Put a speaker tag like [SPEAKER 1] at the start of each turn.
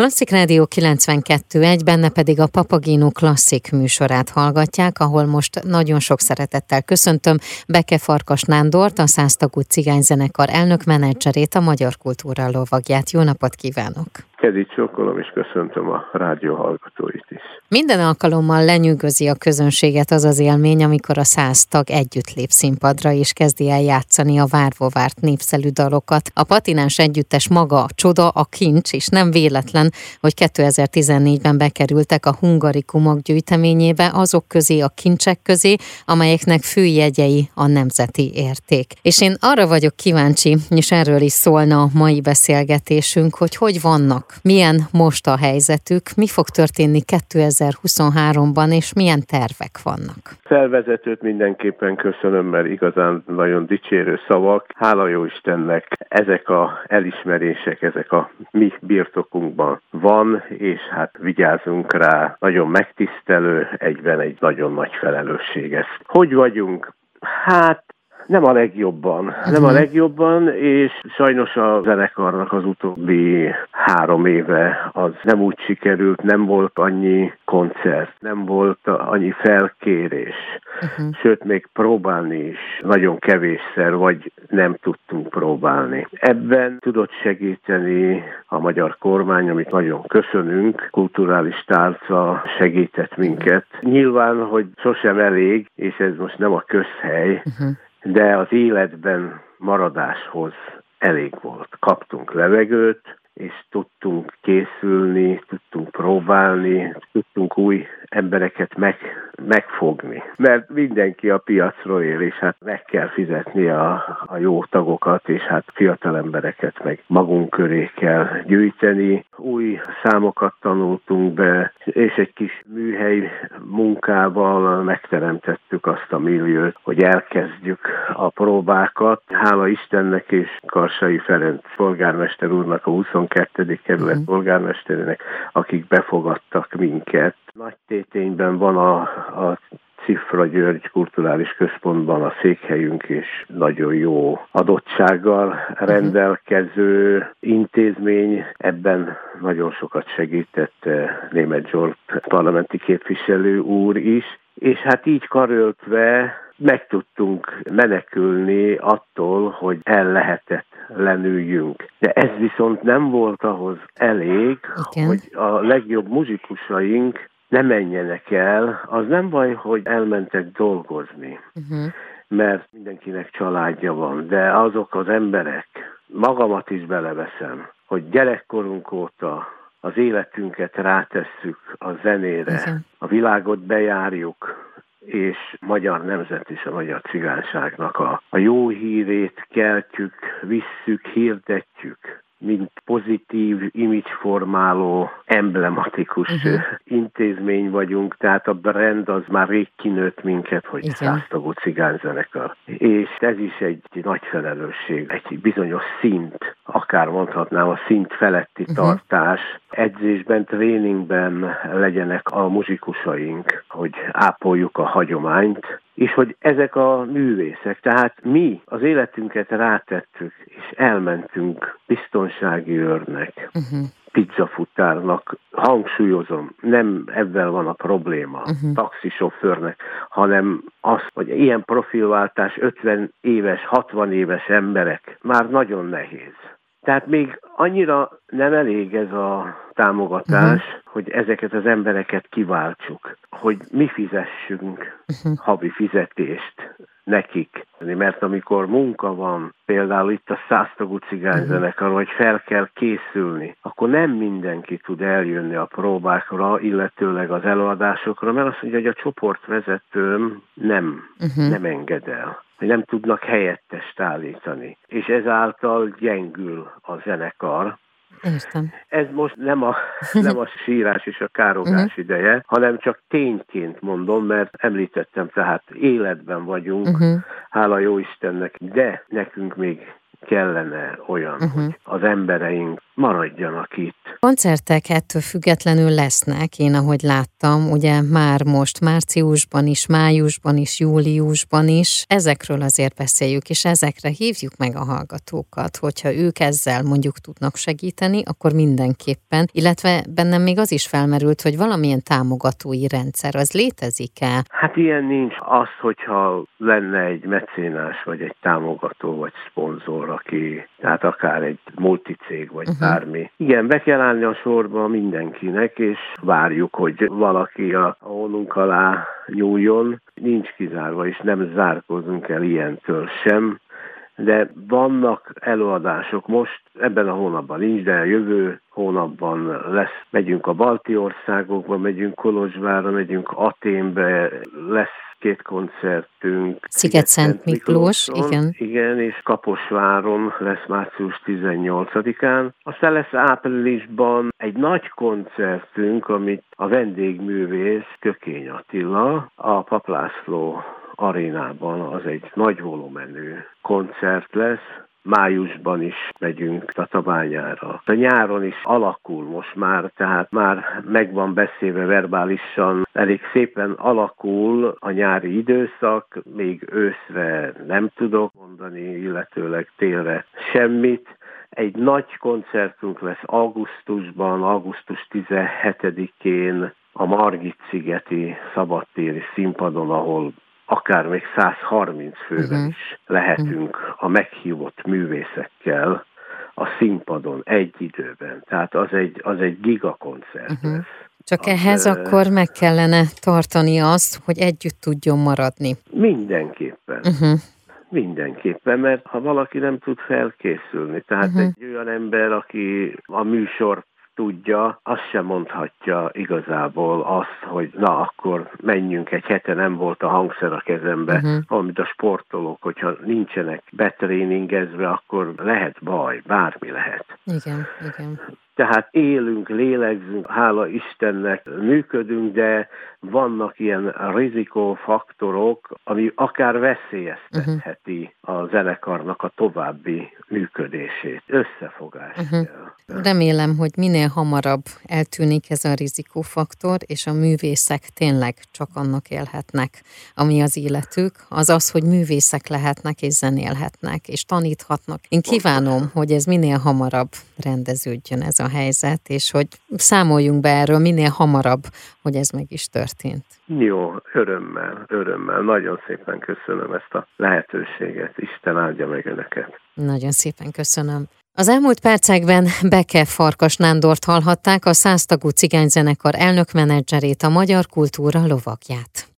[SPEAKER 1] Klasszik Rádió 92.1, benne pedig a Papagéno klasszik műsorát hallgatják, ahol most nagyon sok szeretettel köszöntöm Beke Farkas Nándort, a 100 tagú cigányzenekar elnök-menedzserét, a Magyar Kultúra lovagját. Jó napot kívánok!
[SPEAKER 2] Kedi csókolom, és köszöntöm a rádió hallgatóit is.
[SPEAKER 1] Minden alkalommal lenyűgözi a közönséget az az élmény, amikor a 100 tag együtt lép színpadra, és kezdi el játszani a várva várt népszerű dalokat. A Patinás együttes maga a csoda, a kincs, és nem véletlen, hogy 2014-ben bekerültek a Hungarikumok gyűjteményébe azok közé, a kincsek közé, amelyeknek főjegyei a nemzeti érték. És én arra vagyok kíváncsi, és erről is szólna a mai beszélgetésünk, hogy vannak, milyen most a helyzetük, mi fog történni 2023-ban, és milyen tervek vannak.
[SPEAKER 2] Felvezetőt mindenképpen köszönöm, mert igazán nagyon dicsérő szavak. Hála jó Istennek, ezek az elismerések, ezek a mi birtokunkban van, és hát vigyázunk rá. Nagyon megtisztelő, egyben egy nagyon nagy felelősség ez. Hogy vagyunk? Hát nem a legjobban, és sajnos a zenekarnak az utóbbi 3 éve az nem úgy sikerült, nem volt annyi koncert, nem volt annyi felkérés, sőt, még próbálni is nagyon kevésszer, vagy nem tudtunk próbálni. Ebben tudott segíteni a magyar kormány, amit nagyon köszönünk, kulturális tárca segített minket. Nyilván, hogy sosem elég, és ez most nem a közhely, de az életben maradáshoz elég volt. Kaptunk levegőt, és tudtunk készülni, tudtunk próbálni, tudtunk új embereket megfogni. Mert mindenki a piacról él, és hát meg kell fizetni a jó tagokat, és hát fiatal embereket meg magunk köré kell gyűjteni. Új számokat tanultunk be, és egy kis műhely munkával megteremtettük azt a milliót, hogy elkezdjük a próbákat. Hála Istennek és Karsai Ferenc polgármester úrnak, a 22. kerület polgármesterének, akik befogadtak minket. Nagy Tétényben van a Cifra György Kulturális Központban a székhelyünk, és nagyon jó adottsággal rendelkező intézmény. Ebben nagyon sokat segített Németh Zsolt parlamenti képviselő úr is, és hát így karöltve meg tudtunk menekülni attól, hogy ellehetetlenüljünk. De ez viszont nem volt ahhoz elég, hogy a legjobb muzsikusaink ne menjenek el. Az nem baj, hogy elmentek dolgozni, mert mindenkinek családja van, de azok az emberek, magamat is beleveszem, hogy gyerekkorunk óta az életünket rátesszük a zenére, a világot bejárjuk, és magyar nemzet és a magyar cigányságnak a jó hírét keltjük, visszük, hirdetjük, mint pozitív, imageformáló, emblematikus intézmény vagyunk, tehát a brand az már rég kinőtt minket, hogy 100 tagú cigányzenekar. És ez is egy nagy felelősség, egy bizonyos szint, akár mondhatnám a szint feletti tartás, edzésben, tréningben legyenek a muzsikusaink, hogy ápoljuk a hagyományt, és hogy ezek a művészek, tehát mi az életünket rátettük, és elmentünk biztonsági őrnek, pizzafutárnak, hangsúlyozom, nem ebben van a probléma, taxisofőrnek, hanem az, hogy ilyen profilváltás 50 éves, 60 éves emberek már nagyon nehéz. Tehát még annyira nem elég ez a támogatás, hogy ezeket az embereket kiváltsuk, hogy mi fizessünk havi fizetést nekik. Mert amikor munka van, például itt a 100 tagú cigányzenekar, hogy fel kell készülni, akkor nem mindenki tud eljönni a próbákra, illetőleg az előadásokra, mert azt mondja, hogy a csoportvezetőm nem enged el, hogy nem tudnak helyettest állítani. És ezáltal gyengül a zenekar.
[SPEAKER 1] Értem.
[SPEAKER 2] Ez most nem a sírás és a károgás ideje, hanem csak tényként mondom, mert említettem, tehát életben vagyunk, hála jó Istennek, de nekünk még kellene olyan, hogy az embereink maradjanak itt.
[SPEAKER 1] Koncertek ettől függetlenül lesznek, én ahogy láttam, ugye már most márciusban is, májusban is, júliusban is. Ezekről azért beszéljük, és ezekre hívjuk meg a hallgatókat, hogyha ők ezzel mondjuk tudnak segíteni, akkor mindenképpen, illetve bennem még az is felmerült, hogy valamilyen támogatói rendszer, az létezik-e?
[SPEAKER 2] Hát ilyen nincs. Az, hogyha lenne egy mecénás, vagy egy támogató, vagy szponzor, aki, tehát akár egy multicég, vagy bármi. Igen, be kell állni a sorba mindenkinek, és várjuk, hogy valaki a honunk alá nyúljon. Nincs kizárva, és nem zárkózunk el ilyentől sem. De vannak előadások most, ebben a hónapban nincs, de a jövő hónapban lesz. Megyünk a balti országokba, megyünk Kolozsvárra, megyünk Athénbe, lesz 2 koncertünk.
[SPEAKER 1] Sziget-Szent Miklós, igen.
[SPEAKER 2] Igen, és Kaposváron lesz március 18-án. Aztán lesz áprilisban egy nagy koncertünk, amit a vendégművész Kökény Attila, a Papp László arénában, az egy nagy volumenű koncert lesz. Májusban is megyünk Tatabányára. A nyáron is alakul most már, tehát már meg van beszélve verbálisan, elég szépen alakul a nyári időszak, még őszre nem tudok mondani, illetőleg télre semmit. Egy nagy koncertunk lesz augusztusban, augusztus 17-én a Margit-szigeti szabadtéri színpadon, ahol akár még 130 fővel is lehetünk a meghívott művészekkel a színpadon egy időben. Tehát az egy gigakoncert lesz.
[SPEAKER 1] Csak ehhez akkor meg kellene tartani azt, hogy együtt tudjon maradni.
[SPEAKER 2] Mindenképpen. Mindenképpen, mert ha valaki nem tud felkészülni, tehát egy olyan ember, aki a műsort tudja, azt sem mondhatja igazából azt, hogy na akkor menjünk, egy hete nem volt a hangszer a kezembe, amit a sportolók, hogyha nincsenek betréningezve, akkor lehet baj, bármi lehet.
[SPEAKER 1] Igen.
[SPEAKER 2] Tehát élünk, lélegzünk, hála Istennek működünk, de vannak ilyen rizikófaktorok, ami akár veszélyeztetheti a zenekarnak a további működését. Összefogás kell.
[SPEAKER 1] Remélem, hogy minél hamarabb eltűnik ez a rizikófaktor, és a művészek tényleg csak annak élhetnek, ami az életük, az, hogy művészek lehetnek és zenélhetnek, és taníthatnak. Én kívánom, hogy ez minél hamarabb rendeződjön ez a helyzet, és hogy számoljunk be erről minél hamarabb, hogy ez meg is történt.
[SPEAKER 2] Jó, örömmel. Nagyon szépen köszönöm ezt a lehetőséget. Isten áldja meg önöket.
[SPEAKER 1] Nagyon szépen köszönöm. Az elmúlt percekben Beke Farkas Nándort hallhatták, a 100 tagú cigányzenekar elnökmenedzserét, a Magyar Kultúra lovagját.